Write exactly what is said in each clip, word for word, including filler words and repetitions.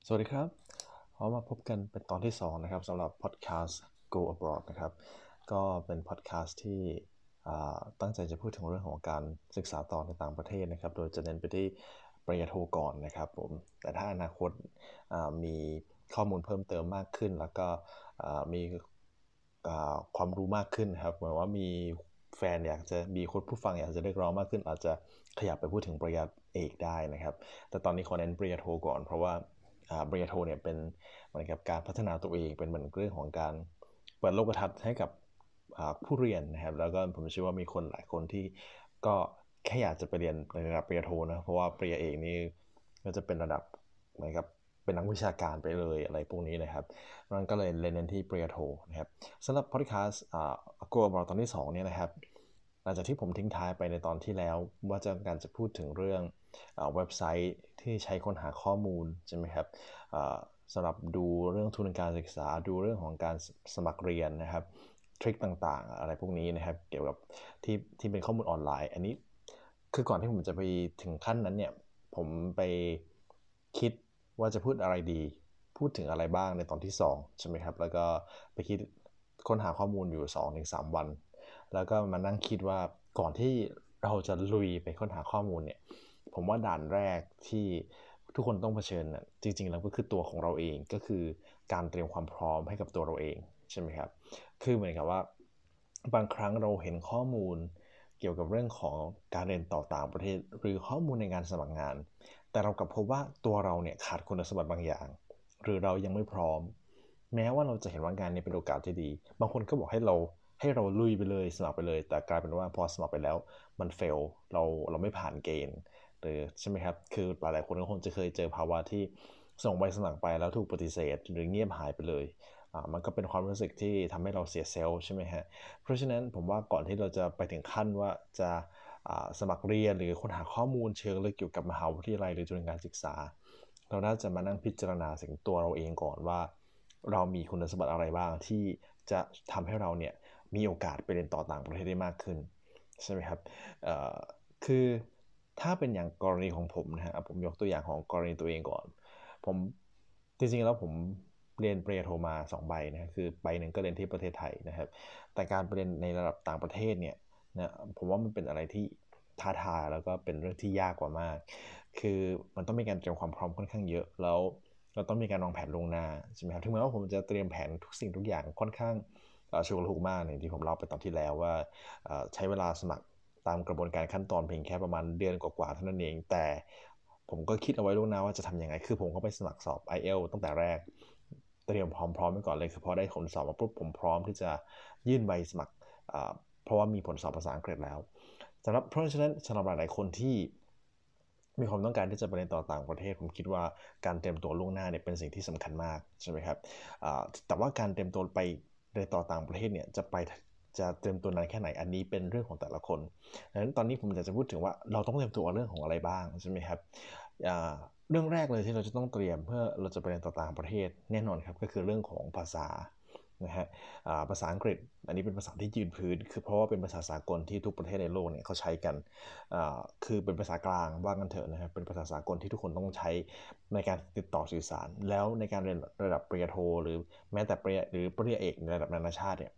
สวัสดีครับเรามาพบกันเป็นตอนที่สองนะครับสำหรับพอดแคสต์ Go Abroad นะครับก็เป็นพอดแคสต์ที่ตั้งใจจะพูดถึงเรื่องของการศึกษาต่อในต่างประเทศนะครับโดยจะเน้นไปที่ปริญญาโทก่อนนะครับผมแต่ถ้าอนาคตมีข้อมูลเพิ่มเติมมากขึ้นแล้วก็มีความรู้มากขึ้นครับเหมือนว่ามีแฟนอยากจะมีคนผู้ฟังอยากจะเรียกร้องมากขึ้นอาจจะขยับไปพูดถึงปริญญาเอกได้นะครับแต่ตอนนี้ขอเน้นปริญญาโทก่อนเพราะว่าปริญญาโทเนี่ยเป็นเหมือนกับการพัฒนาตัวเองเป็นเหมือนเรื่องของการเปิดโลกทัศน์ให้กับผู้เรียนนะครับแล้วก็ผมเชื่อว่ามีคนหลายคนที่ก็แค่อยากจะไปเรียนในระดับปริญญาโทนะเพราะว่าปริญญาเอกนี่ก็จะเป็นระดับเหมือนกับเป็นนักวิชาการไปเลยอะไรพวกนี้นะครับนั่นก็เลยเน้นที่ปริญญาโทนะครับสำหรับพอดแคสต์โกลบอลตอนที่สองเนี่ยนะครับหลังจากที่ผมทิ้งท้ายไปในตอนที่แล้วว่าจะการจะพูดถึงเรื่องเว็บไซต์ที่ใช้ค้นหาข้อมูลใช่ไหมครับสำหรับดูเรื่องทุนการศึกษาดูเรื่องของการสมัครเรียนนะครับทริคต่างๆอะไรพวกนี้นะครับเกี่ยวกับที่ที่เป็นข้อมูลออนไลน์อันนี้คือก่อนที่ผมจะไปถึงขั้นนั้นเนี่ยผมไปคิดว่าจะพูดอะไรดีพูดถึงอะไรบ้างในตอนที่สองใช่ไหมครับแล้วก็ไปคิดค้นหาข้อมูลอยู่ สองถึงสาม วันแล้วก็มานั่งคิดว่าก่อนที่เราจะลุยไปค้นหาข้อมูลเนี่ยผมว่าด่านแรกที่ทุกคนต้องเผชิญน่ะจริงๆแล้วก็คือตัวของเราเองก็คือการเตรียมความพร้อมให้กับตัวเราเองใช่ไหมครับคือเหมือนกับว่าบางครั้งเราเห็นข้อมูลเกี่ยวกับเรื่องของการเรียนต่อต่างประเทศหรือข้อมูลในการสมัครงานแต่เรากลับพบว่าตัวเราเนี่ยขาดคุณสมบัติบางอย่างหรือเรายังไม่พร้อมแม้ว่าเราจะเห็นว่างานนี้เป็นโอกาสที่ดีบางคนก็บอกให้เราให้เราลุยไปเลยสมัครไปเลยแต่กลายเป็นว่าพอสมัครไปแล้วมันเฟลเราเราไม่ผ่านเกณฑ์หรือใช่ไหมครับคือหลายๆคนก็คงจะเคยเจอภาวะที่ส่งใบสมัครไปแล้วถูกปฏิเสธหรือเงียบหายไปเลยมันก็เป็นความรู้สึกที่ทำให้เราเสียเซลล์ใช่ไหมฮะเพราะฉะนั้นผมว่าก่อนที่เราจะไปถึงขั้นว่าจะสมัครเรียนหรือค้นหาข้อมูลเชิงลึกเกี่ยวกับมหาวิทยาลัยหรือทุนการศึกษาเราน่าจะมานั่งพิจารณาถึงตัวเราเองก่อนว่าเรามีคุณสมบัติอะไรบ้างที่จะทำให้เราเนี่ยมีโอกาสไปเรียนต่อต่างประเทศได้มากขึ้นใช่ไหมครับคือถ้าเป็นอย่างกรณีของผมนะฮะผมยกตัวอย่างของกรณีตัวเองก่อนผมจริงๆแล้วผมเรียนปริญญาโทมาสองใบนะคือใบหนึ่งก็เรียนที่ประเทศไทยนะครับแต่การไปเรียนในระดับต่างประเทศเนี่ยนะผมว่ามันเป็นอะไรที่ท้าทายแล้วก็เป็นเรื่องที่ยากกว่ามากคือมันต้องมีการเตรียมความพร้อมค่อนข้างเยอะแล้วเราต้องมีการวางแผนล่วงหน้าใช่ไหมครับถึงแม้ว่าผมจะเตรียมแผนทุกสิ่งทุกอย่างค่อนข้างชุกละหุกมากอย่างที่ผมเล่าไปตอนที่แล้วว่าใช้เวลาสมัครตามกระบวนการขั้นตอนเพียงแค่ประมาณเดือนกว่าๆเท่านั้นเองแต่ผมก็คิดเอาไว้ล่วงหน้าว่าจะทำยังไงคือผมก็ไปสมัครสอบ ไอ เอล ตั้งแต่แรกเตรียมพร้อมๆไว้ก่อนเลยคือพอได้ผลสอบมาปุ๊บผมพร้อมที่จะยื่นใบสมัครเพราะว่ามีผลสอบภาษาอังกฤษแล้วสำหรับเพราะฉะนั้นสำหรับหลายๆคนที่มีความต้องการที่จะไปเรียนต่อต่างประเทศผมคิดว่าการเตรียมตัวล่วงหน้าเนี่ยเป็นสิ่งที่สำคัญมากใช่ไหมครับแต่ว่าการเตรียมตัวไปเรียนต่อต่างประเทศเนี่ยจะไปจะเตรียมตัวนานแค่ไหนอันนี้เป็นเรื่องของแต่ละคนดังนั้นตอนนี้ผมอยากจะพูดถึงว่าเราต้องเตรียมตัวเรื่องของอะไรบ้างใช่ไหมครับเรื่องแรกเลยที่เราจะต้องเตรียมเพื่อเราจะไปเรียนต่อต่างประเทศแน่นอนครับก็คือเรื่องของภาษานะฮะภาษาอังกฤษอันนี้เป็นภาษาที่ยืนพื้นคือเพราะว่าเป็นภาษาสากลที่ทุกประเทศในโลกเนี่ยเขาใช้กันคือเป็นภาษากลางว่ากันเถอะนะครับเป็นภาษาสากลที่ทุกคนต้องใช้ในการติดต่อสื่อสารแล้วในการเรียนระดับปริญญาโทหรือแม้แต่ปริญญาหรือปริญญาเอกในระดับนานาชาติเนี่ย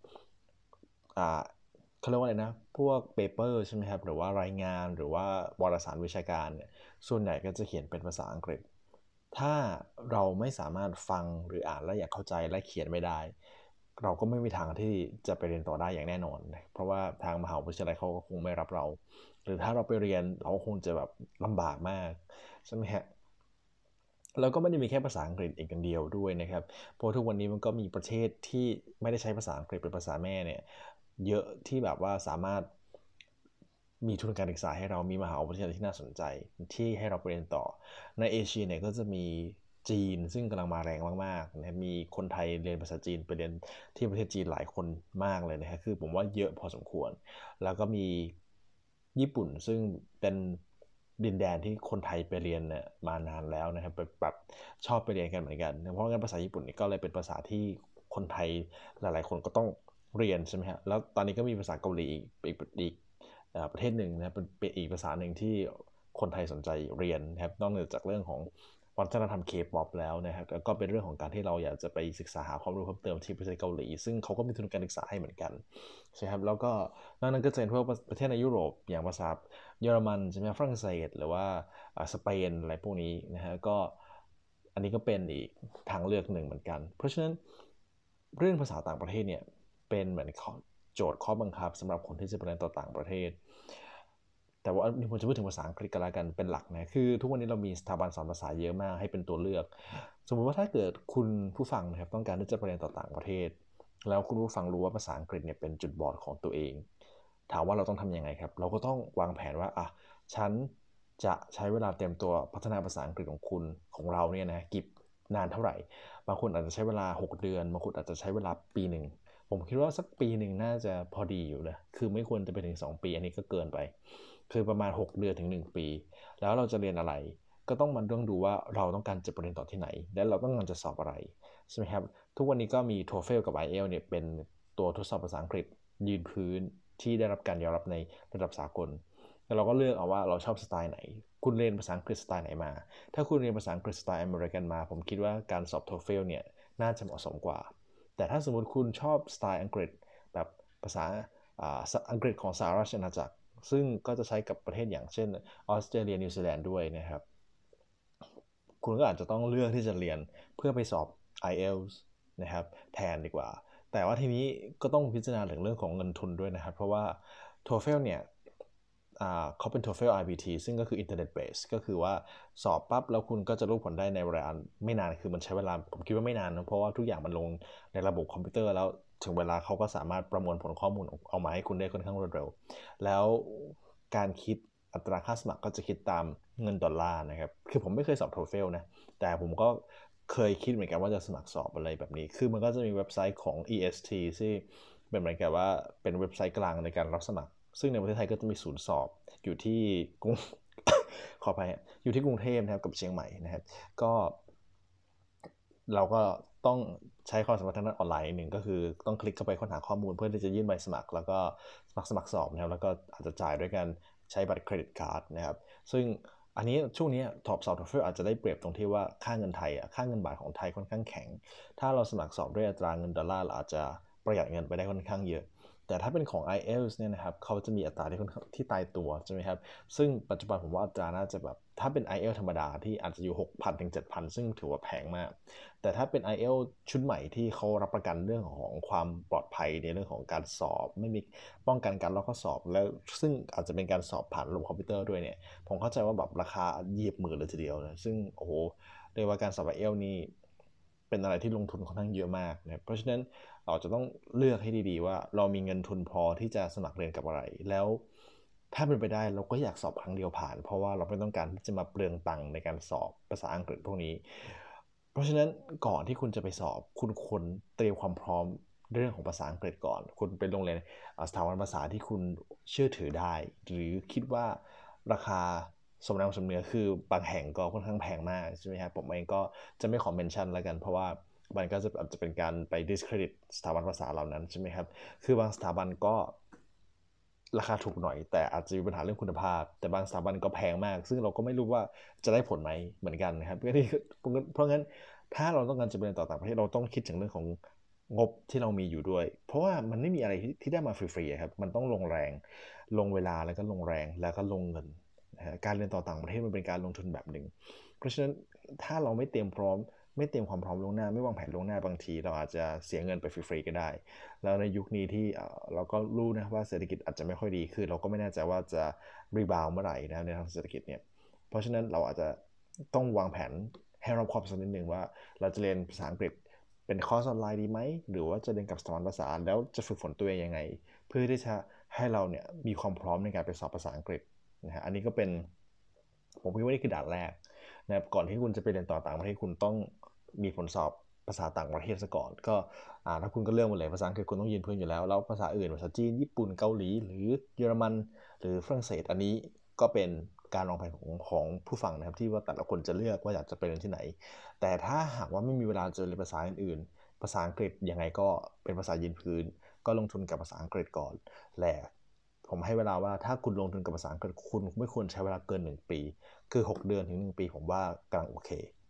เขาเรียกว่าอะไรนะพวกเปเปอร์ใช่ไหมครับหรือว่ารายงานหรือว่าวารสารวิชาการเนี่ยส่วนใหญ่ก็จะเขียนเป็นภาษาอังกฤษถ้าเราไม่สามารถฟังหรืออ่านและอยากเข้าใจและเขียนไม่ได้เราก็ไม่มีทางที่จะไปเรียนต่อได้อย่างแน่นอนนะเพราะว่าทางมหาวิทยาลัยเขาก็คงไม่รับเราหรือถ้าเราไปเรียนเราคงจะแบบลำบากมากใช่ไหมฮะแล้วก็ไม่ได้มีแค่ภาษาอังกฤษเองกันเดียวด้วยนะครับเพราะทุกวันนี้มันก็มีประเทศที่ไม่ได้ใช้ภาษาอังกฤษเป็นภาษาแม่เนี่ยเยอะที่แบบว่าสามารถมีทุนการศึกษาให้เรามีมหาวิทยาลัยที่น่าสนใจที่ให้เราไปเรียนต่อในเอเชียเนี่ยก็จะมีจีนซึ่งกำลังมาแรงมากๆนะมีคนไทยเรียนภาษาจีนไปเรียนที่ประเทศจีนหลายคนมากเลยนะครับคือผมว่าเยอะพอสมควรแล้วก็มีญี่ปุ่นซึ่งเป็นดินแดนที่คนไทยไปเรียนเนี่ยมานานแล้วนะครับแบบชอบไปเรียนกันเหมือนกันเพราะงั้นภาษาญี่ปุ่นนี่ก็เลยเป็นภาษาที่คนไทยหลายๆคนก็ต้องเรียนใช่ไหมฮะแล้วตอนนี้ก็มีภาษาเกาหลีอีกอีกประเทศหนึ่งนะครับเป็นอีกภาษาหนึ่งที่คนไทยสนใจเรียนนะครับนอกเหนือจากเรื่องของวัฒนธรรม K-pop แล้วนะครับแล้วก็เป็นเรื่องของการที่เราอยากจะไปศึกษาหาความรู้เพิ่มเติมที่ประเทศเกาหลีซึ่งเขาก็มีทุนการศึกษาให้เหมือนกันใช่ครับแล้วก็นอกนั้นก็จะเป็นพวกประเทศในยุโรปอย่างภาษาเยอรมันใช่ไหมฝรั่งเศสหรือว่าสเปนอะไรพวกนี้นะฮะก็อันนี้ก็เป็นอีกทางเลือกหนึ่งเหมือนกันเพราะฉะนั้นเรื่องภาษาต่างประเทศเนี่ยเป็นเหมือนโจทย์ข้อบังคับสำหรับคนที่จะไปเรียนต่อต่างประเทศแต่ว่าผมจะพูดถึงภาษาอังกฤษกันละกันเป็นหลักนะคือทุกวันนี้เรามีสถาบันสอนภาษาเยอะมากให้เป็นตัวเลือกสมมุติว่าถ้าเกิดคุณผู้ฟังนะครับต้องการที่จะไปเรียนต่อต่างประเทศแล้วคุณผู้ฟังรู้ว่าภาษาอังกฤษเนี่ยเป็นจุดบอดของตัวเองถามว่าเราต้องทำยังไงครับเราก็ต้องวางแผนว่าอ่ะฉันจะใช้เวลาเตรียมตัวพัฒนาภาษาอังกฤษของคุณของเราเนี่ยนะกี่นานเท่าไหร่บางคนอาจจะใช้เวลาหกเดือนบางคนอาจจะใช้เวลาปีหนึ่งผมคิดว่าสักปีหนึ่งน่าจะพอดีอยู่นะคือไม่ควรจะไปถึงสองปีอันนี้ก็เกินไปคือประมาณหกเดือนถึงหนึ่งปีแล้วเราจะเรียนอะไรก็ต้องมาต้องดูว่าเราต้องการจะไปเรียนต่อที่ไหนและเราต้องการจะสอบอะไรใช่ไหมครับทุกวันนี้ก็มี โทเฟล กับ ไอ เอล เนี่ยเป็นตัวทดสอบภาษาอังกฤษยืนพื้นที่ได้รับการยอมรับในระดับสากลแล้วเราก็เลือกเอาว่าเราชอบสไตล์ไหนคุณเรียนภาษาอังกฤษสไตล์ไหนมาถ้าคุณเรียนภาษาอังกฤษสไตล์อเมริกันมาผมคิดว่าการสอบ โทเฟล เนี่ยน่าจะเหมาะสมกว่าแต่ถ้าสมมติคุณชอบสไตล์อังกฤษแบบภาษาอังกฤษของสหราชอาณาจักรซึ่งก็จะใช้กับประเทศอย่างเช่นออสเตรเลียนิวซีแลนด์ด้วยนะครับคุณก็อาจจะต้องเลือกที่จะเรียนเพื่อไปสอบ ไอ เอล ที เอส นะครับแทนดีกว่าแต่ว่าทีนี้ก็ต้องพิจารณาถึงเรื่องของเงินทุนด้วยนะครับเพราะว่า โทเฟล เนี่ยเขาเป็น โทเฟล ไอ บี ที ซึ่งก็คือ Internet Based ก็คือว่าสอบปั๊บแล้วคุณก็จะรู้ผลได้ในเวลาไม่นานคือมันใช้เวลาผมคิดว่าไม่นานนะเพราะว่าทุกอย่างมันลงในระบบคอมพิวเตอร์แล้วถึงเวลาเขาก็สามารถประมวลผลข้อมูลออกมาให้คุณได้ค่อนข้างรวดเร็วแล้วการคิดอัตราค่าสมัครก็จะคิดตามเงินดอลลาร์นะครับคือผมไม่เคยสอบ โทเฟล นะแต่ผมก็เคยคิดเหมือนกันว่าจะสมัครสอบอะไรแบบนี้คือมันก็จะมีเว็บไซต์ของ อี เอส ที ที่เป็นเหมือนกับว่าเป็นเว็บไซต์กลางในการรับสมัครซึ่งในประเทศไทยก็จะมีศูนย์สอบอยู่ที่กรุง ขออภัยอยู่ที่กรุงเทพนะครับกับเชียงใหม่นะครับก็เราก็ต้องใช้ความสามารถทางด้านออนไลน์หนึ่งก็คือต้องคลิกเข้าไปค้นหาข้อมูลเพื่อที่จะยื่นใบสมัครแล้วก็สมัครสมัครสอบนะครับแล้วก็อาจจะจ่ายด้วยการใช้บัตรเครดิตการ์ดนะครับซึ่งอันนี้ช่วงนี้ทอปสอบ โทเฟล อาจจะได้เปรียบตรงที่ว่าค่าเงินไทยอ่ะค่าเงินบาทของไทยค่อนข้างแข็งถ้าเราสมัครสอบด้วยอัตราเงินดอลลาร์เราอาจจะประหยัดเงินไปได้ค่อนข้างเยอะแต่ถ้าเป็นของ ไอ เอล ที เอส เนี่ยนะครับเขาจะมีอัตราที่ค่อนข้างที่ตายตัวใช่ไหมครับซึ่งปัจจุบันผมว่าอัตราน่าจะแบบถ้าเป็น ไอ เอล ที ธรรมดาที่อาจจะอยู่ หกพัน ถึง เจ็ดพัน ซึ่งถือว่าแพงมากแต่ถ้าเป็น ไอ เอล ที ชุดใหม่ที่เขารับประกันเรื่องของความปลอดภัยในเรื่องของการสอบไม่มีป้องกันการลอกข้อสอบแล้วซึ่งอาจจะเป็นการสอบผ่านระบบคอมพิวเตอร์ด้วยเนี่ยผมเข้าใจว่าแบบราคาเหยียบหมื่นเลยทีเดียวนะซึ่งโอ้โหเรียกว่าการสอบ ไอ เอล ที นี่เป็นอะไรที่ลงทุนค่อนข้างเยอะมากนะเพราะฉะนั้นเราจะต้องเลือกให้ดีๆว่าเรามีเงินทุนพอที่จะสมัครเรียนกับอะไรแล้วถ้าเป็นไปได้เราก็อยากสอบครั้งเดียวผ่านเพราะว่าเราไม่ต้องการที่จะมาเปลืองตังค์ในการสอบภาษาอังกฤษพวกนี้เพราะฉะนั้นก่อนที่คุณจะไปสอบคุณควรเตรียมความพร้อมเรื่องของภาษาอังกฤษก่อนคุณไปโรงเรียนสถาบันภาษาที่คุณเชื่อถือได้หรือคิดว่าราคาสมน้ำสมเนื้อคือบางแห่งก็ค่อนข้างแพงมากใช่ไหมครับผมเองก็จะไม่ขอเมนชั่นแล้วกันเพราะว่ามันก็จะอาจจะเป็นการไป discredit สถาบันภาษาเหล่านั้นใช่ไหมครับคือบางสถาบันก็ราคาถูกหน่อยแต่อาจจะมีปัญหาเรื่องคุณภาพแต่บางสถาบันก็แพงมากซึ่งเราก็ไม่รู้ว่าจะได้ผลไหมเหมือนกันนะครับเพราะงั้นถ้าเราต้องการจะไปเรียนต่อต่างประเทศเราต้องคิดถึงเรื่องของงบที่เรามีอยู่ด้วยเพราะว่ามันไม่มีอะไรที่ได้มาฟรีๆครับมันต้องลงแรงลงเวลาแล้วก็ลงแรงแล้วก็ลงเงินนะฮะการเรียนต่อต่างประเทศมันเป็นการลงทุนแบบหนึ่งเพราะฉะนั้นถ้าเราไม่เตรียมพร้อมไม่เตรียมความพร้อมล่วงหน้าไม่วางแผนล่วงหน้าบางทีเราอาจจะเสียเงินไปฟรีๆก็ได้แล้วในยุคนี้ที่เราก็รู้นะว่าเศรษฐกิจอาจจะไม่ค่อยดีคือเราก็ไม่แน่ใจว่าจะรีบาวเมื่อไหร่นะในทางเศรษฐกิจเนี่ยเพราะฉะนั้นเราอาจจะต้องวางแผนให้รอบคอบสักนิดนึงว่าเราจะเรียนภาษาอังกฤษเป็นคอร์สออนไลน์ดีไหมหรือว่าจะเรียนกับสถาบันภาษาแล้วจะฝึกฝนตัวเองยังไงเพื่อที่จะให้เราเนี่ยมีความพร้อมในการไปสอบภาษาอังกฤษนะฮะอันนี้ก็เป็นผมคิดว่านี่คือด่านแรกนะครับก่อนที่คุณจะไปเรียนต่อต่างประเทศคุณต้องมีผลสอบภาษาต่างประเทศซะก่อนก็ถ้าคุณก็เลือกหมดเลยภาษาอังกฤษคุณต้องยืนพื้นอยู่แล้วแล้วภาษาอื่นภาษาจีนญี่ปุ่นเกาหลีหรือเยอรมันหรือฝรั่งเศสอันนี้ก็เป็นการวางแผนของของผู้ฟังนะครับที่ว่าแต่ละคนจะเลือกว่าอยากจะไปเรียนที่ไหนแต่ถ้าหากว่าไม่มีเวลาจะเรียนภาษาอื่นๆภาษาอังกฤษยังไงก็เป็นภาษายืนพื้นก็ลงทุนกับภาษาอังกฤษก่อนและผมให้เวลาว่าถ้าคุณลงทุนกับภาษาอังกฤษคุณไม่ควรใช้เวลาเกินหนึ่งปีคือหกเดือนถึงหนึ่งปีผมว่ากำลังโอเค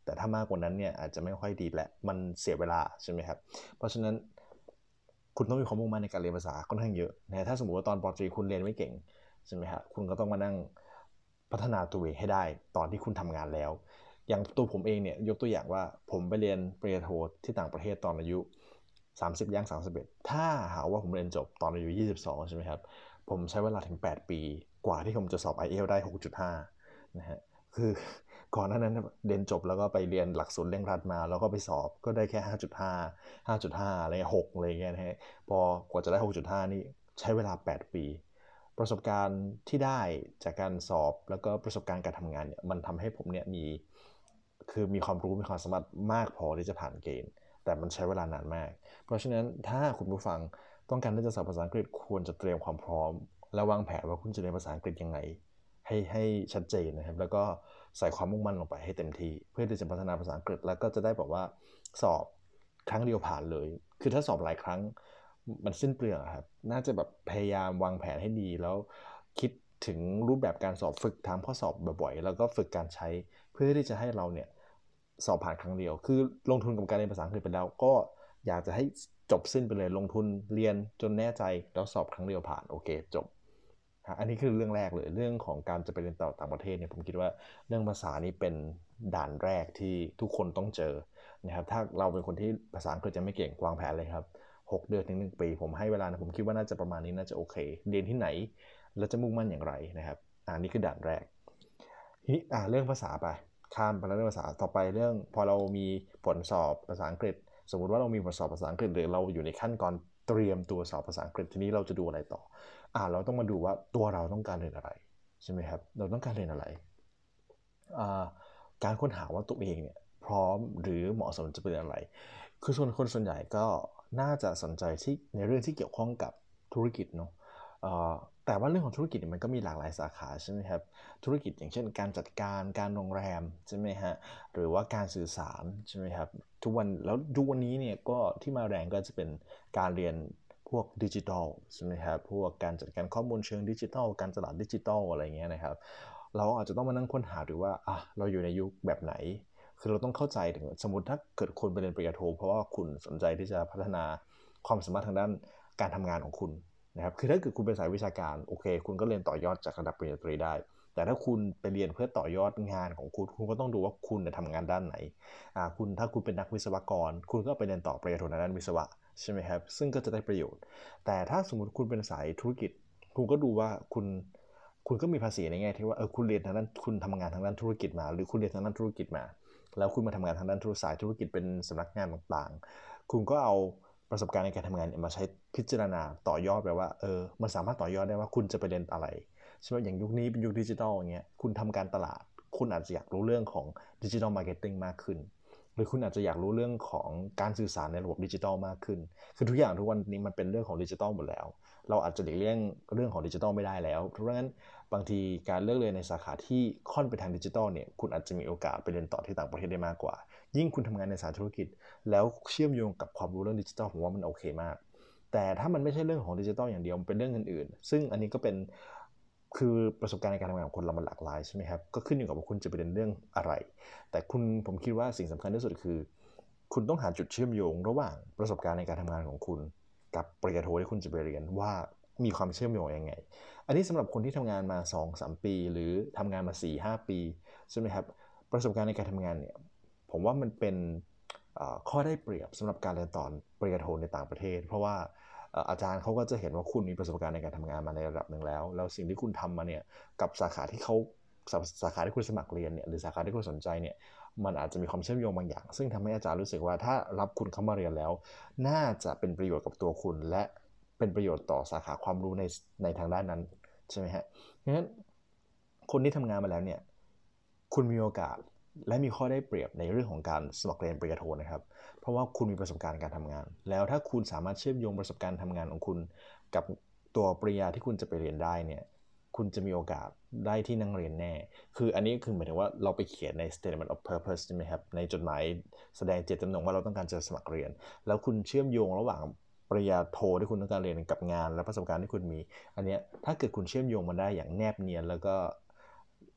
แต่ถ้ามากกว่านั้นเนี่ยอาจจะไม่ค่อยดีและมันเสียเวลาใช่ไหมครับเพราะฉะนั้นคุณต้องมีความมุ่งมั่นในการเรียนภาษาค่อนข้างเยอะนะถ้าสมมติว่าตอนป.ตรีคุณเรียนไม่เก่งใช่ไหมครับคุณก็ต้องมานั่งพัฒนาตัวเองให้ได้ตอนที่คุณทำงานแล้วอย่างตัวผมเองเนี่ยยกตัวอย่างว่าผมไปเรียนปริญญาโทที่ต่างประเทศตอนอายุสามสิบย่างสามสิบเอ็ดถ้าหาว่าผมเรียนจบตอนอายุยี่สิบสองใช่ไหมครับผมใช้เวลาถึงแปดปีกว่าที่ผมจะสอบ ไอ เอล ได้ หกจุดห้า นะฮะคือก่อนหน้านั้นเรียนจบแล้วก็ไปเรียนหลักสูตรเร่งรัดมาแล้วก็ไปสอบก็ได้แค่ ห้าจุดห้า ห้าจุดห้า อะไรหกอะไรเงี้ยนะฮะพอกว่าจะได้ หกจุดห้า นี่ใช้เวลาแปดปีประสบการณ์ที่ได้จากการสอบแล้วก็ประสบการณ์การทำงานเนี่ยมันทำให้ผมเนี่ยมีคือมีความรู้มีความสามารถมากพอที่จะผ่านเกณฑ์แต่มันใช้เวลานานมากเพราะฉะนั้นถ้าคุณผู้ฟังต้องการที่จะสอบภาษาอังกฤษควรจะเตรียมความพร้อมและวางแผนว่าคุณจะเรียนภาษาอังกฤษยังไงให้ให้ชัดเจนนะครับแล้วก็ใส่ความมุ่งมั่นลงไปให้เต็มที่เพื่อที่จะพัฒนาภาษาอังกฤษแล้วก็จะได้บอกว่าสอบครั้งเดียวผ่านเลยคือถ้าสอบหลายครั้งมันสิ้นเปลืองครับน่าจะแบบพยายามวางแผนให้ดีแล้วคิดถึงรูปแบบการสอบฝึกทำข้อสอบบ่อยๆแล้วก็ฝึกการใช้เพื่อที่จะให้เราเนี่ยสอบผ่านครั้งเดียวคือลงทุนกับการเรียนภาษาอังกฤษไปแล้วก็อยากจะให้จบสิ้นไปเลยลงทุนเรียนจนแน่ใจแล้วสอบครั้งเดียวผ่านโอเคจบอันนี้คือเรื่องแรกเลยเรื่องของการจะไปเรียนต่อต่างประเทศเนี่ยผมคิดว่าเรื่องภาษานี้เป็นด่านแรกที่ทุกคนต้องเจอนะครับถ้าเราเป็นคนที่ภาษาอังกฤษจะไม่เก่งวางแผนเลยครับหกเดือนถึงหนึ่งปีผมให้เวลานะผมคิดว่าน่าจะประมาณนี้น่าจะโอเคเรียนที่ไหนแล้วจะมุ่งมั่นอย่างไรนะครับอันนี้คือด่านแรกทีนี้อ่าเรื่องภาษาไปข้ามไปแล้วเรื่องภาษาต่อไปเรื่องพอเรามีผลสอบภาษาอังกฤษสมมุติว่าเรามีผลสอบภาษาอังกฤษหรือเราอยู่ในขั้นตอนเตรียมตัวสอบภาษาอังกฤษทีนี้เราจะดูอะไรต่ออ่าเราต้องมาดูว่าตัวเราต้องการเรียนอะไรใช่ไหมครับเราต้องการเรียนอะไรอ่าการค้นหาว่าตัวเองเนี่ยพร้อมหรือเหมาะสมจะเป็นอะไรคือส่วนคนส่วนใหญ่ก็น่าจะสนใจที่ในเรื่องที่เกี่ยวข้องกับธุรกิจเนาะแต่ว่าเรื่องของธุรกิจมันก็มีหลากหลายสาขาใช่ไหมครับธุรกิจอย่างเช่นการจัดการการโรงแรมใช่ไหมฮะหรือว่าการสื่อสารใช่ไหมครับทุกวันแล้วทุกวันนี้เนี่ยก็ที่มาแรงก็จะเป็นการเรียนพวกดิจิทัลใช่ไหมครับพวกการจัดการข้อมูลเชิงดิจิทัลการตลาดดิจิทัลอะไรเงี้ยนะครับเราอาจจะต้องมานั่งค้นหาดูว่าอ่ะเราอยู่ในยุคแบบไหนคือเราต้องเข้าใจถึงสมมติถ้าเกิดคุณไปเรียนปริญญาโทเพราะว่าคุณสนใจที่จะพัฒนาความสามารถทางด้านการทำงานของคุณนะครับคือถ้าเกิดคุณเป็นสายวิชาการโอเคคุณก็เรียนต่อยอดจากระดับปริญญาตรีได้แต่ถ้าคุณไปเรียนเพื่อต่อยอดงานของคุณคุณก็ต้องดูว่าคุณจะทำงานด้านไหนอ่าคุณถ้าคุณเป็นนักวิศวกรคุณก็ไปเรียนต่อปริญญาโทในด้านวิศวะใช่ไหมครับซึ่งก็จะได้ประโยชน์แต่ถ้าสมมติคุณเป็นสายธุรกิจคุณก็ดูว่าคุณคุณก็มีภาษีในแง่ที่ว่าเออคุณเรียนทางด้านคุณทำงานทางด้านธุรกิจมาหรือคุณเรียนทางด้านธุรกิจมาแล้วคุณมาทำงานทางด้านธุรสายธุรกิจเป็นสำนักงานต่างๆคุณก็เอาประสบการณ์ในการทำงานมาใช้พิจารณาต่อยอดไปว่าเออมันสามารถต่อยอดได้ว่าคุณจะไปเรียนอะไรใช่ไหมอย่างยุคนี้เป็นยุคดิจิทัลอย่างเงี้ยคุณทำการตลาดคุณอาจจะอยากรู้เรื่องของดิจิทัลมาร์เก็ตติ้งมากขึ้นหรือคุณอาจจะอยากรู้เรื่องของการสื่อสารในระบบดิจิทัลมากขึ้นคือทุกอย่างทุกวันนี้มันเป็นเรื่องของดิจิทัลหมดแล้วเราอาจจะหลีกเลี่ยงเรื่องของดิจิทัลไม่ได้แล้วเพราะงั้นบางทีการเลือกเรียนในสาขาที่ค่อนไปทางดิจิทัลเนี่ยคุณอาจจะมีโอกาสไปเรียนต่อที่ต่างประเทศได้มากกว่ายิ่งคุณทำงานในสายธุรกิจแล้วเชื่อมโยงกับความรู้เรื่องดิจิทัลผมว่ามันโอเคมากแต่ถ้ามันไม่ใช่เรื่องของดิจิทัลอย่างเดียวมันเป็นเรื่องอื่นๆซึ่งอันนี้ก็เป็นคือประสบการณ์ในการทำงานของคนเรามันหลากหลายใช่ไหมครับก็ขึ้นอยู่กับว่าคุณจะไปเรียนเรื่องอะไรแต่คุณผมคิดว่าสิ่งสำคัญที่สุดคือคุณต้องหาจุดเชื่อมโยงระหว่างประสบการณ์ในการทำงานของคุณกับปริญญาโทที่คุณจะไปเรียนว่ามีความเชื่อมโยงยังไงอันนี้สำหรับคนที่ทำงานมา สองถึงสาม ปีหรือทำงานมา สี่ถึงห้า ปีใช่ไหมครับประสบการณ์ในการทำงานเนี่ยผมว่ามันเป็นข้อได้เปรียบสำหรับการเรียนต่อปริญญาโทในต่างประเทศเพราะว่าอาจารย์เขาก็จะเห็นว่าคุณมีประสบการณ์ในการทำงานมาในระดับหนึ่งแล้วแล้วสิ่งที่คุณทำมาเนี่ยกับสาขาที่เขาสาขาที่คุณสมัครเรียนเนี่ยหรือสาขาที่คุณสนใจเนี่ยมันอาจจะมีความเชื่อมโยงบางอย่างซึ่งทำให้อาจารย์รู้สึกว่าถ้ารับคุณเข้ามาเรียนแล้วน่าจะเป็นประโยชน์กับตัวคุณและเป็นประโยชน์ต่อสาขาความรู้ในในทางด้านนั้นใช่ไหมฮะเพราะฉะนั้นคนที่ทำงานมาแล้วเนี่ยคุณมีโอกาสและมีข้อได้เปรียบในเรื่องของการสมัครเรียนปริญญาโทนะครับเพราะว่าคุณมีประสบการณ์การทำงานแล้วถ้าคุณสามารถเชื่อมโยงประสบการณ์ทำงานของคุณกับตัวปริญญาที่คุณจะไปเรียนได้เนี่ยคุณจะมีโอกาสได้ที่นั่งเรียนแน่คืออันนี้คือหมายถึงว่าเราไปเขียนใน statement of purpose ใช่ไหมครับในจดหมายแสดงเจตจำนงว่าเราต้องการจะสมัครเรียนแล้วคุณเชื่อมโยงระหว่างปริญญาโทที่คุณต้องการเรียนกับงานและประสบการณ์ที่คุณมีอันนี้ถ้าเกิดคุณเชื่อมโยงมันได้อย่างแนบเนียนแล้วก็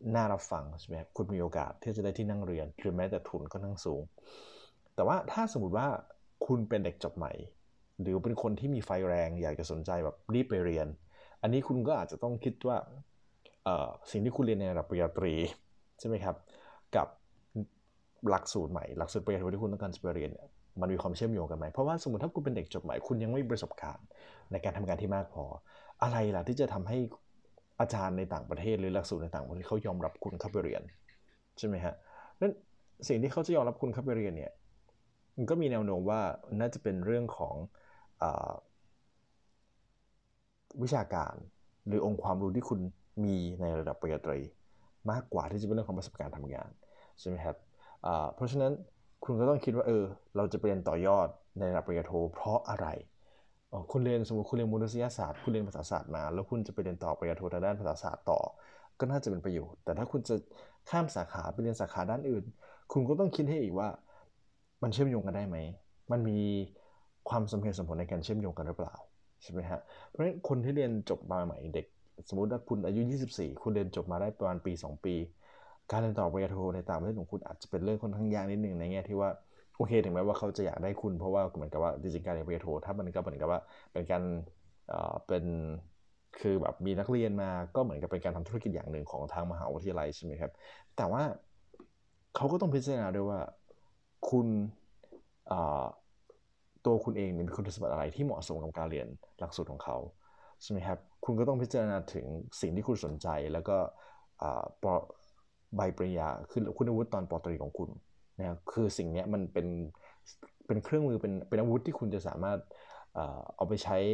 น่ารับฟังใช่ไหมครับคุณมีโอกาสที่จะได้ที่นั่งเรียนหรือแม้แต่ทุนก็นั่งสูงแต่ว่าถ้าสมมติว่าคุณเป็นเด็กจบใหม่หรือเป็นคนที่มีไฟแรงอยากจะสนใจแบบรีบไปเรียนอันนี้คุณก็อาจจะต้องคิดว่าสิ่งที่คุณเรียนในระดับปริญญาตรีใช่ไหมครับกับหลักสูตรใหม่หลักสูตรปริญญาโทที่คุณต้องการจะไปเรียนเนี่ยมันมีความเชื่อมโยงกันไหมเพราะว่าสมมติถ้าคุณเป็นเด็กจบใหม่คุณยังไม่มีประสบการณ์ในการทำงานที่มากพออะไรล่ะที่จะทำให้อาจารย์ในต่างประเทศหรือหลักสูตรในต่างประเทศเขายอมรับคุณเข้าไปเรียนใช่ไหมฮะนั้นสิ่งที่เขาจะยอมรับคุณเข้าไปเรียนเนี่ยมันก็มีแนวโน้มว่าน่าจะเป็นเรื่องของวิชาการหรือองค์ความรู้ที่คุณมีในระดับปริญญาตรีมากกว่าที่จะเป็นเรื่องของประสบการณ์ทำงานใช่ไหมครับเพราะฉะนั้นคุณก็ต้องคิดว่าเออเราจะไปเรียนต่อยอดในระดับปริญญาโทเพราะอะไรคุณเรียนสมมติคุณเรียนมนุษยศาสตร์คุณเรียนภาษาศาสตร์มาแล้วคุณจะไปเรียนต่อปริญญาโททางด้านภาษาศาสตร์ต่อก็น่าจะเป็นประโยชน์แต่ถ้าคุณจะข้ามสาขาไปเรียนสาขาด้านอื่นคุณก็ต้องคิดให้อีกว่ามันเชื่อมโยงกันได้ไหมมันมีความสมเหตุสมผลในการเชื่อมโยงกันหรือเปล่าใช่ไหมฮะเพราะฉะนั้นคนที่เรียนจบมาใหม่เด็กสมมติว่าคุณอายุยี่สิบสี่คุณเรียนจบมาได้ประมาณปีสองปีการเรียนต่อปริญญาโทในต่างประเทศของคุณอาจจะเป็นเรื่องค่อนข้างยากนิดนึงในแง่ที่ว่าโอเคถึงแม้ว่าเขาจะอยากได้คุณเพราะว่าเหมือนกับว่าจริงๆการเรียนปริญญาโทถ้ามันก็เหมือนกับว่าเป็นการเป็นคือแบบมีนักเรียนมาก็เหมือนกับเป็นการทำธุรกิจอย่างหนึ่งของทางมหาวิทยาลัยใช่ไหมครับแต่ว่าเขาก็ต้องพิจารณาด้วยว่าคุณตัวคุณเองมีคุณสมบัติอะไรที่เหมาะสมกับการเรียนหลักสูตรของเขาใช่ไหมครับคุณก็ต้องพิจารณาถึงสิ่งที่คุณสนใจแล้วก็ใบปริญญาคือคุณอาวุธตอนปอตรีของคุณนะครับคือสิ่งนี้มันเป็นเป็นเครื่องมือเป็นเป็นอาวุธที่คุณจะสามารถเอาไปใช้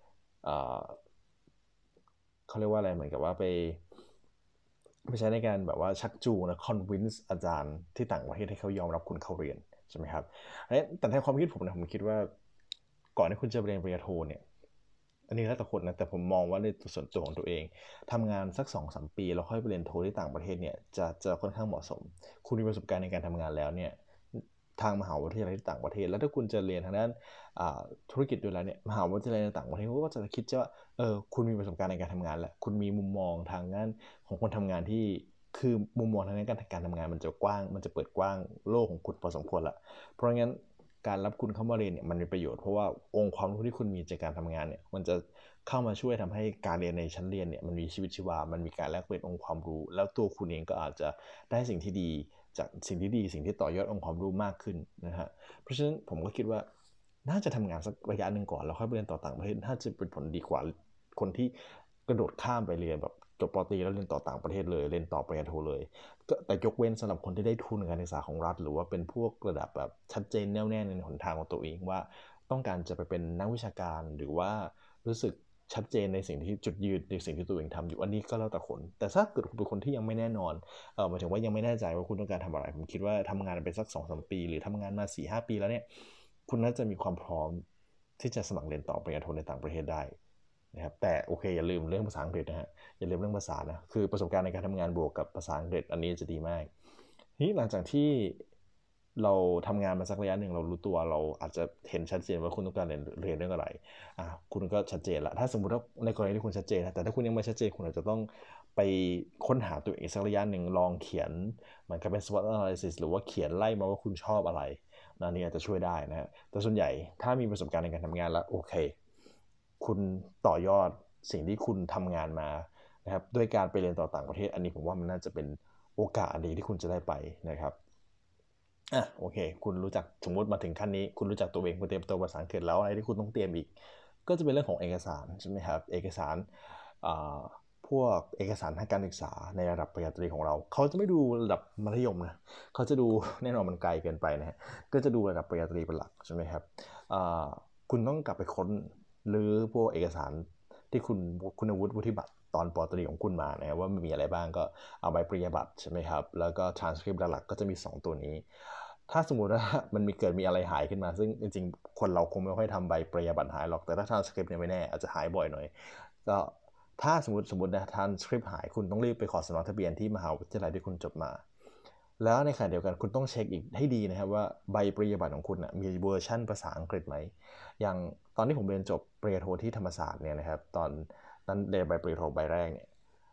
เขาเรียกว่าอะไรเหมือนกับว่าไปไปใช้ในการแบบว่าชักจูงนะ convince อาจารย์ที่ต่างประเทศให้เขายอมรับคุณเข้าเรียนใช่ไหมครับแต่ในความคิดผมนะผมคิดว่าก่อนที่คุณจะเรียนปริญญาโทเนี่ยอันนี้แล้วแต่คนนะแต่ผมมองว่าในส่วนตัวของตัวเองทำงานสัก สองถึงสาม ปีแล้วค่อยไปเรียนโทที่ต่างประเทศเนี่ยจะจะค่อนข้างเหมาะสมคุณมีประสบการณ์ในการทำงานแล้วเนี่ยทางมหาวิทยาลัยที่ต่างประเทศแล้วถ้าคุณจะเรียนทางด้านธุรกิจด้วยแล้วเนี่ยมหาวิทยาลัยในต่างประเทศก็จะคิดว่าเออคุณมีประสบการณ์ในการทำงานแล้วคุณมีมุมมองทางด้านของคนทำงานที่คือมุมมองทางด้านการการทำงานมันจะกว้างมันจะเปิดกว้างโลกของคุณพอสมควรละเพราะงั้นการรับคุณเข้ามาเรียนเนี่ยมันมีประโยชน์เพราะว่าองค์ความรู้ที่คุณมีจากการทำงานเนี่ยมันจะเข้ามาช่วยทำให้การเรียนในชั้นเรียนเนี่ยมันมีชีวิตชีวามันมีการแลกเปลี่ยนองค์ความรู้แล้วตัวคุณเองก็อาจจะได้สิ่งที่ดีจากสิ่งที่ดีสิ่งที่ต่อยอดองค์ความรู้มากขึ้นนะฮะเพราะฉะนั้นผมก็คิดว่าน่าจะทำงานสักระยะหนึ่งก่อนแล้วค่อยไปเรียนต่อต่างประเทศน่าจะเป็นผลดีกว่าคนที่กระโดดข้ามไปเรียนแบบจบปตรีแล้วเรียนต่อต่างประเทศเลยเรียนต่อปริญญาโทเลยแต่ยกเว้นสำหรับคนที่ได้ทุนการศึกษาของรัฐหรือว่าเป็นพวกระดับแบบชัดเจนแน่วแน่ในหนทางของตัวเองว่าต้องการจะไปเป็นนักวิชาการหรือว่ารู้สึกชัดเจนในสิ่งที่จุดยืนในสิ่งที่ตัวเองทำอยู่อันนี้ก็แล้วแต่คนแต่ถ้าเกิดคุณเป็นคนที่ยังไม่แน่นอนเออหมายถึงว่ายังไม่แน่ใจว่าคุณต้องการทำอะไรผมคิดว่าทำงานไปสัก สองถึงสาม ปีหรือทำงานมา สี่ถึงห้า ปีแล้วเนี่ยคุณน่าจะมีความพร้อมที่จะสมัครเรียนต่อปริญญาโทในต่างประเทศได้นะครับแต่โอเคอย่าลืมเรื่องภาษาอังกฤษนะฮะอย่าลืมเรื่องภาษานะคือประสบการณ์ในการทำงานบวกกับภาษาอังกฤษอันนี้จะดีมากนี่หลังจากที่เราทำงานมาสักระยะหนึ่งเรารู้ตัวเราอาจจะเห็นชัดเจนว่าคุณต้องการเรียนเรียนเรื่องอะไรอ่ะคุณก็ชัดเจนละถ้าสมมติว่าในกรณีที่คุณชัดเจนนะแต่ถ้าคุณยังไม่ชัดเจนคุณอาจจะต้องไปค้นหาตัวเองสักระยะหนึ่งลองเขียนเหมือนกับเป็น SWOT analysis หรือว่าเขียนไล่มาว่าคุณชอบอะไรนะนี่อาจจะช่วยได้นะแต่ส่วนใหญ่ถ้ามีประสบการณ์ในการทำงานแล้วโอเคคุณต่อยอดสิ่งที่คุณทำงานมานะครับด้วยการไปเรียนต่อต่างประเทศอันนี้ผมว่ามันน่าจะเป็นโอกาสดีที่คุณจะได้ไปนะครับอ่ะโอเคคุณรู้จักสมมติมาถึงขั้นนี้คุณรู้จักตัวเองคุณเตรียมตัวภาษาอังกฤษแล้วอะไรที่คุณต้องเตรียมอีกก็จะเป็นเรื่องของเอกสารใช่ไหมครับเอกสารพวกเอกสารทางการศึกษาในระดับปริญญาตรีของเราเขาจะไม่ดูระดับมัธยมนะเขาจะดูแน่นอนมันไกลเกินไปนะฮะก็จะดูระดับปริญญาตรีเป็นหลักใช่ไหมครับคุณต้องกลับไปค้นหรือพวกเอกสารที่คุณคุณวุฒิวุฒิบัตรตอนปอตรีของคุณมานะว่ามันมีอะไรบ้างก็เอาใบปริญญาบัตรใช่ไหมครับแล้วก็ transcript หลักๆก็จะมีสองตัวนี้ถ้าสมมุติว่ามันมีเกิดมีอะไรหายขึ้นมาซึ่งจริงๆคนเราคงไม่ค่อยทำใบปริญญาบัตรหายหรอกแต่ถ้า transcript เนี่ยไม่แน่อาจจะหายบ่อยหน่อยก็ถ้าสมมติสมมตินะ transcript หายคุณต้องรีบไปขอสมัครทะเบียนที่มหาวิทยาลัยที่คุณจบมาแล้วในขณะเดียวกันคุณต้องเช็คอีกให้ดีนะครับว่าใบปริญญาบัตรของคุณนะมีเวอร์ชั่นภาษาอังกฤษไหมอย่างตอนที่ผมเรียนจบปริญญาโทที่ธรรมศาสตร์เนี่ยนะครับตอนนั้นเรียนใบปริญญาโทใบแรกเนี่ย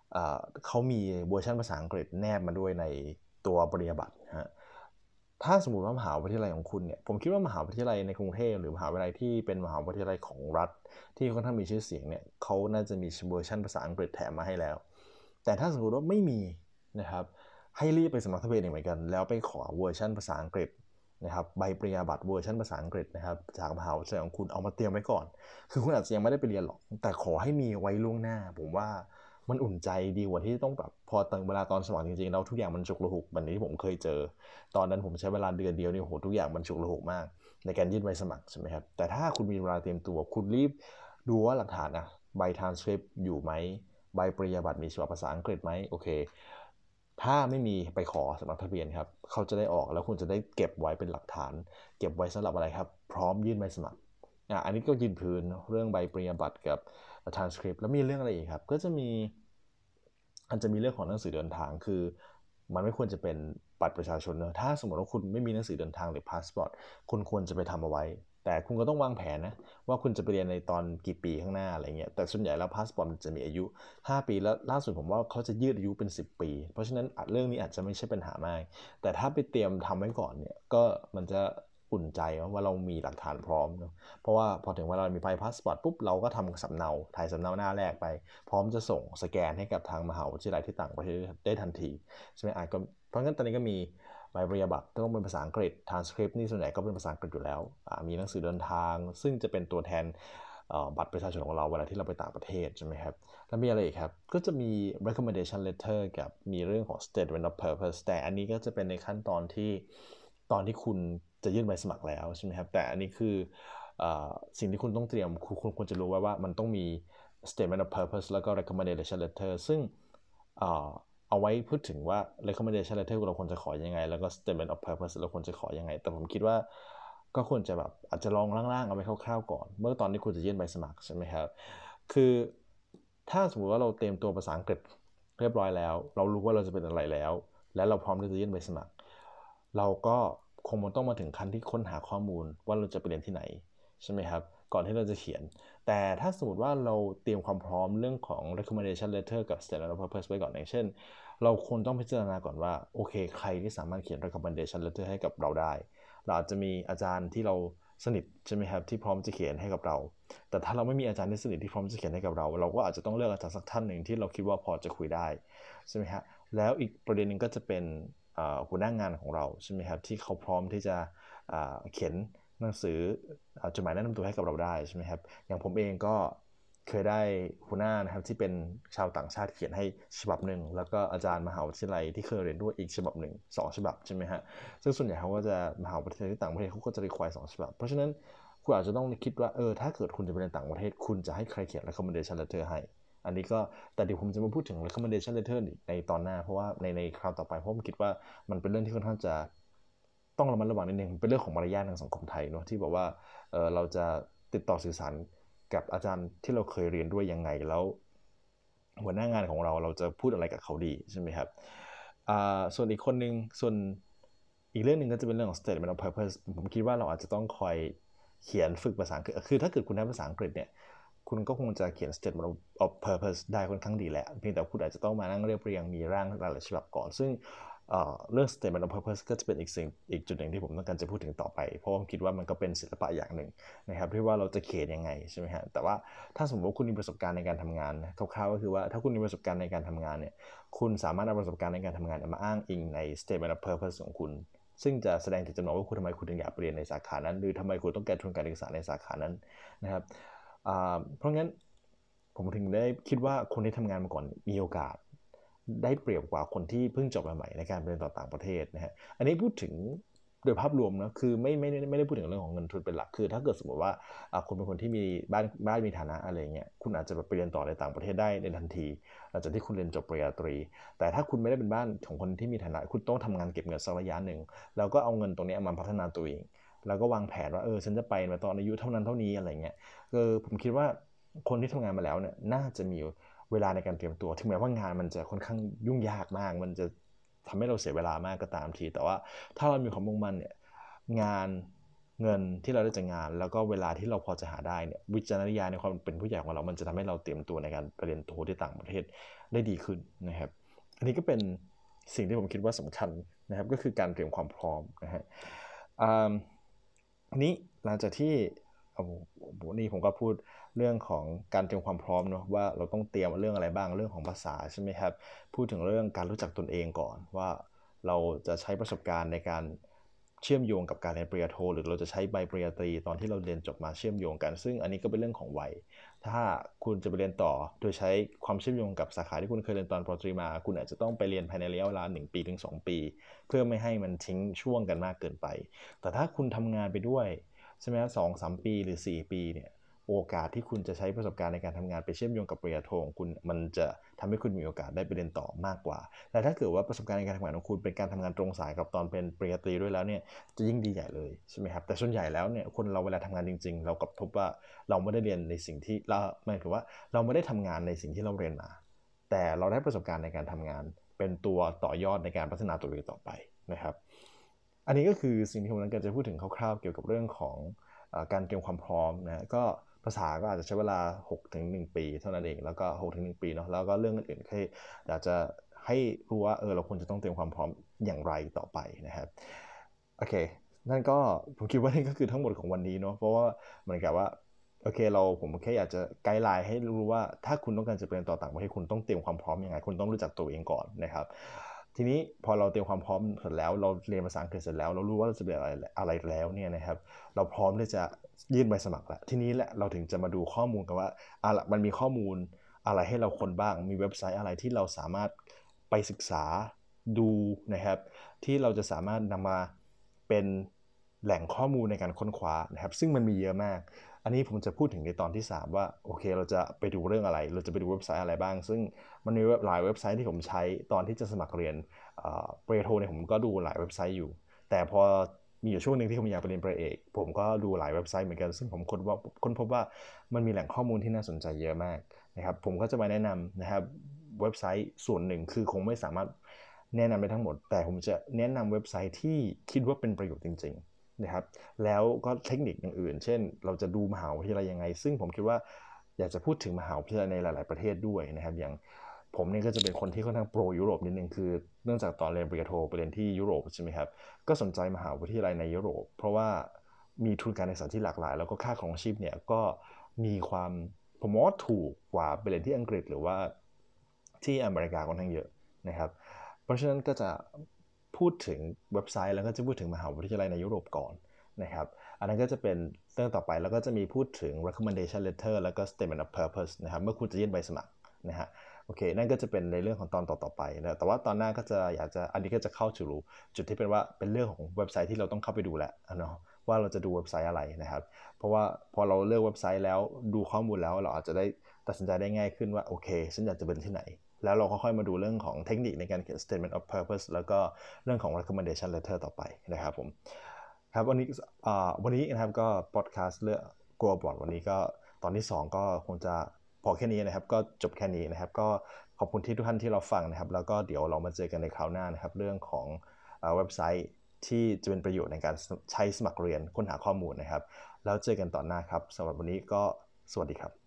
เขามีเวอร์ชันภาษาอังกฤษแนบมาด้วยในตัวปริญญาบัตรฮะถ้าสมมุติว่ามหาวิทยาลัยของคุณเนี่ยผมคิดว่ามหาวิทยาลัยในกรุงเทพหรือมหาวิทยาลัยที่เป็นมหาวิทยาลัยของรัฐที่ค่อนข้างมีชื่อเสียงเนี่ยเขาน่าจะมีเวอร์ชันภาษาอังกฤษแถมมาให้แล้วแต่ถ้าสมมติว่าไม่มีนะครับให้รีบไปสมัครทะเบียนเหมือนกันแล้วไปขอเวอร์ชันภาษาอังกฤษนะครับใบปริญญาบัตรเวอร์ชันภาษาอังกฤษนะครับจากมหาวิทยาลัยของคุณเอามาเตรียมไว้ก่อนคือคุณอาจจะยังไม่ได้ไปเรียนหรอกแต่ขอให้มีไว้ล่วงหน้าผมว่ามันอุ่นใจดีกว่าที่ต้องแบบพอตั้งเวลาตอนสมัครจริงๆแล้วทุกอย่างมันฉุกละหุกแบบนี้ที่ผมเคยเจอตอนนั้นผมใช้เวลาเดือนเดียวนี่โหทุกอย่างมันฉุกละหุกมากในการยื่นใบสมัครใช่ไหมครับแต่ถ้าคุณมีเวลาเตรียมตัวคุณรีบดูว่าหลักฐานนะใบทรานสคริปต์อยู่ไหมใบปริญญาบัตรมีฉบับภาษาอังกฤษไหมโอเคถ้าไม่มีไปขอสมัครทะเบียนครับเขาจะได้ออกแล้วคุณจะได้เก็บไว้เป็นหลักฐานเก็บไว้สำหรับอะไรครับพร้อมยื่นใบสมัครอ่ะอันนี้ก็ยืนพื้นเรื่องใบปริญญาบัตรกับทรานสคริปต์แล้วมีเรื่องอะไรอีกครับก็จะมีอันจะมีเรื่องของหนังสือเดินทางคือมันไม่ควรจะเป็นบัตรประชาชนเนอะถ้าสมมติว่าคุณไม่มีหนังสือเดินทางหรือพาสปอร์ตคุณควรจะไปทำเอาไว้แต่คุณก็ต้องวางแผนนะว่าคุณจะไปเรียนในตอนกี่ปีข้างหน้าอะไรเงี้ยแต่ส่วนใหญ่แล้วพาสปอร์ตมันจะมีอายุห้าปีแล้วล่าสุดผมว่าเขาจะยืดอายุเป็นสิบปีเพราะฉะนั้นเรื่องนี้อาจจะไม่ใช่ปัญหามากแต่ถ้าไปเตรียมทำไว้ก่อนเนี่ยก็มันจะอุ่นใจว่าเรามีหลักฐานพร้อมเนาะเพราะว่าพอถึงเวลามีใบพาสปอร์ตปุ๊บเราก็ทำสำเนาถ่ายสำเนาหน้าแรกไปพร้อมจะส่งสแกนให้กับทางมหาวิทยาลัยที่ต่างประเทศได้ทันทีใช่ไหมอ่ะก็เพราะงั้นตอนนี้ก็มีใบปริญญาบัตรต้องเป็นภาษาอังกฤษ transcript นี่ส่วนใหญ่ก็เป็นภาษาอังกฤษอยู่แล้วมีหนังสือเดินทางซึ่งจะเป็นตัวแทนบัตรประชาชนของเราเวลาที่เราไปต่างประเทศใช่ไหมครับแล้วมีอะไรอีกครับก็จะมี recommendation letter กับมีเรื่องของ statement of purpose แต่อันนี้ก็จะเป็นในขั้นตอนที่ตอนที่คุณจะยื่นใบสมัครแล้วใช่ไหมครับแต่อันนี้คือสิ่งที่คุณต้องเตรียมคุณควรจะรู้ว่าว่ามันต้องมี statement of purpose แล้วก็ recommendation letter ซึ่งเอาไว้พูดถึงว่า recommendation letter เราควรจะขอยังไงแล้วก็ statement of purpose เราควรจะขอยังไงแต่ผมคิดว่าก็ควรจะแบบอาจจะลองล่างๆเอาไว้คร่าวๆก่อนเมื่อตอนที่คุณจะยื่นใบสมัครใช่ไหมครับคือถ้าสมมติว่าเราเตรียมตัวภาษาอังกฤษเรียบร้อยแล้วเรารู้ว่าเราจะเป็นอะไรแล้วและเราพร้อมที่จะยื่นใบสมัครเราก็คงต้องมาถึงขั้นที่ค้นหาข้อมูลว่าเราจะไปเรียนที่ไหนใช่ไหมครับก่อนที่เราจะเขียนแต่ถ้าสมมติว่าเราเตรียมความพร้อมเรื่องของ recommendation letter กับ statement of purpose ไว้ก่อนอย่างเช่นเราควรต้องพิจารณาก่อนว่าโอเคใครที่สามารถเขียน recommendation letter ให้กับเราได้เราอาจจะมีอาจารย์ที่เราสนิทใช่ไหมครับที่พร้อมจะเขียนให้กับเราแต่ถ้าเราไม่มีอาจารย์ที่สนิทที่พร้อมจะเขียนให้กับเราเราก็อาจจะต้องเลือกอาจารย์สักท่านหนึ่งที่เราคิดว่าพอจะคุยได้ใช่ไหมครับแล้วอีกประเด็นหนึ่งก็จะเป็นหัวหน้างานของเราใช่ไหมครับที่เขาพร้อมที่จะเขียนหนังสือจดหมายแนะนำตัวให้กับเราได้ใช่ไหมครับอย่างผมเองก็เคยได้หัวหน้านะครับที่เป็นชาวต่างชาติเขียนให้ฉบับหนึ่งแล้วก็อาจารย์มหาวิทยาลัยที่เคยเรียนด้วยอีกฉบับหนึ่งสองฉบับใช่ไหมฮะซึ่งส่วนใหญ่เขาก็จะมหาวิทยาลัยที่ต่างประเทศเขาก็จะรีควายสองฉบับเพราะฉะนั้นคุณอาจจะต้องคิดว่าเออถ้าเกิดคุณจะไปเรียนต่างประเทศคุณจะให้ใครเขียน recommendation letter ให้อันนี้ก็แต่เดี๋ยวผมจะมาพูดถึง recommendation letter ในตอนหน้าเพราะว่าในในคราวต่อไปเพราะผมคิดว่ามันเป็นเรื่องที่ค่อนข้างจะต้องระมัดระวังนิดนึงเป็นเรื่องของมารยาททางสังคมไทยเนาะที่บอกว่าเออเราจะติดต่อสื่อสารกับอาจารย์ที่เราเคยเรียนด้วยยังไงแล้วหัวหน้างานของเราเราจะพูดอะไรกับเขาดีใช่ไหมครับส่วนอีกคนนึงส่วนอีกเรื่องหนึ่งก็จะเป็นเรื่องของ statement of purpose ผมคิดว่าเราอาจจะต้องคอยเขียนฝึกภาษาอังกฤษคือถ้าเกิดคุณได้ภาษาอังกฤษเนี่ยคุณก็คงจะเขียน statement of purpose ได้ค่อนข้างดีแหละเพียงแต่คุณอาจจะต้องมานั่งเรียบเรียงมีร่างหลายๆฉบับก่อนซึ่งเรื่อง statement of purpose ก็จะเป็นอีกสิ่งอีกจุดหนึ่งที่ผมต้องการจะพูดถึงต่อไปเพราะผมคิดว่ามันก็เป็นศิลปะอย่างหนึ่งนะครับที่ว่าเราจะเขียนยังไงใช่ไหมฮะแต่ว่าถ้าสมมติว่าคุณมีประสบการณ์ในการทำงานคร่าวๆก็คือว่าถ้าคุณมีประสบการณ์ในการทำงานเนี่ยคุณสามารถเอาประสบการณ์ในการทำงานมาอ้างอิงใน statement of purpose ของคุณซึ่งจะแสดงถึงจำนวนว่าคุณทำไมคุณถึงอยากเรียนในสาขานั้นหรือทำไมคุณต้องการทุนการศึกษาในสาขานั้นนะครับเพราะงั้นผมถึงได้คิดว่าคนที่ทำงานมาก่อนมีโอกาสได้เปรียบกว่าคนที่เพิ่งจบมาใหม่ในการเรียนต่อต่างประเทศนะฮะอันนี้พูดถึงโดยภาพรวมนะคือไม่ไม่ไม่ได้พูดถึงเรื่องของเงินทุนเป็นหลักคือถ้าเกิดสมมติว่าคุณเป็นคนที่มีบ้านบ้านมีฐานะอะไรเงี้ยคุณอาจจะแบบไปเรียนต่อในต่างประเทศได้ในทันทีหลังจากที่คุณเรียนจบปริญญาตรีแต่ถ้าคุณไม่ได้เป็นบ้านของคนที่มีฐานะคุณต้องทำงานเก็บเงินสักระยะหนึ่งแล้วก็เอาเงินตรงนี้มาพัฒนาตัวเองแล้วก็วางแผนว่าเออฉันจะไปมาตอนอายุเท่านั้นเท่านี้อะไรเงี้ยเออผมคิดว่าคนที่ทำงานมาแล้วเนี่ยน่าจะมีเวลาในการเตรียมตัวถึงแม้ว่างานมันจะค่อนข้างยุ่งยากมากมันจะทำให้เราเสียเวลามากก็ตามทีแต่ว่าถ้าเรามีความมุ่งมั่นเนี่ยงานเงินที่เราได้จากงานแล้วก็เวลาที่เราพอจะหาได้เนี่ยวิจารณญาณในความเป็นผู้ใหญ่ของเรามันจะทำให้เราเตรียมตัวในการไปเรียนโทที่ต่างประเทศได้ดีขึ้นนะครับอันนี้ก็เป็นสิ่งที่ผมคิดว่าสำคัญนะครับก็คือการเตรียมความพร้อมนะฮะนี้หลังจากที่นี่ผมก็พูดเรื่องของการเตรียมความพร้อมเนาะว่าเราต้องเตรียมเรื่องอะไรบ้างเรื่องของภาษาใช่ไหมครับพูดถึงเรื่องการรู้จักตนเองก่อนว่าเราจะใช้ประสบการณ์ในการเชื่อมโยงกับการเรียนปริญญาโทหรือเราจะใช้ใบปริญญาตรีตอนที่เราเรียนจบมาเชื่อมโยงกันซึ่งอันนี้ก็เป็นเรื่องของวัยถ้าคุณจะไปเรียนต่อโดยใช้ความเชื่อมโยงกับสาขาที่คุณเคยเรียนตอนปริญญาตรีมาคุณอาจจะต้องไปเรียนภายในระยะเวลาหนึ่งปีถึงสองปีเพื่อไม่ให้มันทิ้งช่วงกันมากเกินไปแต่ถ้าคุณทำงานไปด้วยใช่ไหมครับสองสามปีหรือสี่ปีเนี่ยโอกาสที่คุณจะใช้ประสบการณ์ในการทำงานไปเชื่อมโยงกับปริญญาโทของคุณมันจะทำให้คุณมีโอกาสได้ไปเรียนต่อมากกว่าแต่ถ้าเกิดว่าประสบการณ์ในการทำงานของคุณเป็นการทำงานตรงสายกับตอนเป็นปริญญาตรีด้วยแล้วเนี่ยจะยิ่งดีใหญ่เลยใช่ไหมครับแต่ส่วนใหญ่แล้วเนี่ยคนเราเวลาทำงานจริงๆเรากับพบว่าเราไม่ได้เรียนในสิ่งที่เราหมายถึงว่าเราไม่ได้ทำงานในสิ่งที่เราเรียนมาแต่เราได้ประสบการณ์ในการทำงานเป็นตัวต่อยอดในการพัฒนาตัวเองต่อไปนะครับอันนี้ก็คือสิ่งที่ผมนั้นจะพูดถึงคร่าวๆเกี่ยวกับเรื่องของการเตรียมความพร้อมนะก็ภาษาก็อาจจะใช้เวลา หกถึงหนึ่ง ปีเท่านั้นเองแล้วก็ หกถึงหนึ่ง ปีเนาะแล้วก็เรื่องอื่นๆแค่อยากจะให้รู้ว่าเออเราควรจะต้องเตรียมความพร้อมอย่างไรต่อไปนะครับโอเคนั่นก็ผมคิดว่านี่ก็คือทั้งหมดของวันนี้เนาะเพราะว่าเหมือนกับว่าโอเคเราผมแค่อยากจะไกด์ไลน์ให้รู้ว่าถ้าคุณต้องการจะไปเรียนต่อต่างประเทศคุณต้องเตรียมความพร้อมยังไงคุณต้องรู้จักตัวเองก่อนนะครับทีนี้พอเราเตรียมความพร้อมเสร็จแล้วเราเรียนภาษาอังกฤษเสร็จแล้วเรารู้ว่าเราจะเรียนอะไรอะไรแล้วเนี่ยนะครับเราพร้อมที่จะยื่นใบสมัครแล้วทีนี้แหละเราถึงจะมาดูข้อมูลกันว่าอ่ะละมันมีข้อมูลอะไรให้เราค้นบ้างมีเว็บไซต์อะไรที่เราสามารถไปศึกษาดูนะครับที่เราจะสามารถนำมาเป็นแหล่งข้อมูลในการค้นคว้านะครับซึ่งมันมีเยอะมากอันนี้ผมจะพูดถึงในตอนที่สามว่าโอเคเราจะไปดูเรื่องอะไรเราจะไปดูเว็บไซต์อะไรบ้างซึ่งมันมีหลายเว็บไซต์ที่ผมใช้ตอนที่จะสมัครเรียนปริญญาโทเนี่ยผมก็ดูหลายเว็บไซต์อยู่แต่พอมีอยู่ช่วงหนึ่งที่ผมอยากไปเรียนปริญญาเอกผมก็ดูหลายเว็บไซต์เหมือนกันซึ่งผมค้นว่าค้นพบว่ามันมีแหล่งข้อมูลที่น่าสนใจเยอะมากนะครับผมก็จะมาแนะนำนะครับเว็บไซต์ส่วนหนึ่งคือคงไม่สามารถแนะนำได้ทั้งหมดแต่ผมจะแนะนำเว็บไซต์ที่คิดว่าเป็นประโยชน์จริงๆนะครับแล้วก็เทคนิคอย่างอื่นเช่นเราจะดูมหาวิทยาลัยยังไงซึ่งผมคิดว่าอยากจะพูดถึงมหาวิทยาลัยในหลายๆประเทศด้วยนะครับอย่างผมเนี่ยก็จะเป็นคนที่ค่อนข้างโปรยุโรปนิดนึงคือเนื่องจากตอนเรียนปริญญาโทไปเรียนที่ยุโรปใช่ไหมครับก็สนใจมหาวิทยาลัยในยุโรปเพราะว่ามีทุนการศึกษาที่หลากหลายแล้วก็ค่าครองชีพเนี่ยก็มีความผมว่าถูกกว่าไปเรียนที่อังกฤษหรือว่าที่อเมริกาค่อนข้างเยอะนะครับเพราะฉะนั้นก็จะพูดถึงเว็บไซต์แล้วก็จะพูดถึงมหาวิทยาลัยในยุโรปก่อนนะครับอันนั้นก็จะเป็นเรื่องต่อไปแล้วก็จะมีพูดถึง recommendation letter แล้วก็ statement of purpose นะครับเมื่อคุณจะยื่นใบสมัครนะฮะโอเคนั่นก็จะเป็นในเรื่องของตอนต่อๆไปนะแต่ว่าตอนหน้าก็จะอยากจะอันนี้ก็จะเข้าถึงจุดที่เป็นว่าเป็นเรื่องของเว็บไซต์ที่เราต้องเข้าไปดูแหละเนาะว่าเราจะดูเว็บไซต์อะไรนะครับเพราะว่าพอเราเลือกเว็บไซต์แล้วดูข้อมูลแล้วเราอาจจะได้ตัดสินใจได้ง่ายขึ้นว่าโอเคฉันอยากจะเป็นที่ไหนแล้วเราก็ค่อยมาดูเรื่องของเทคนิคในการเขียน statement of purpose แล้วก็เรื่องของ recommendation letter ต่อไปนะครับผมครับวันนี้วันนี้นะครับก็ podcast เรื่อง Go Abroad วันนี้ก็ตอนที่สองก็คงจะพอแค่นี้นะครับก็จบแค่นี้นะครับก็ขอบคุณที่ทุกท่านที่เราฟังนะครับแล้วก็เดี๋ยวเรามาเจอกันในคราวหน้านะครับเรื่องของเว็บไซต์ที่จะเป็นประโยชน์ในการใช้สมัครเรียนค้นหาข้อมูลนะครับแล้วเจอกันตอนหน้าครับสำหรับวันนี้ก็สวัสดีครับ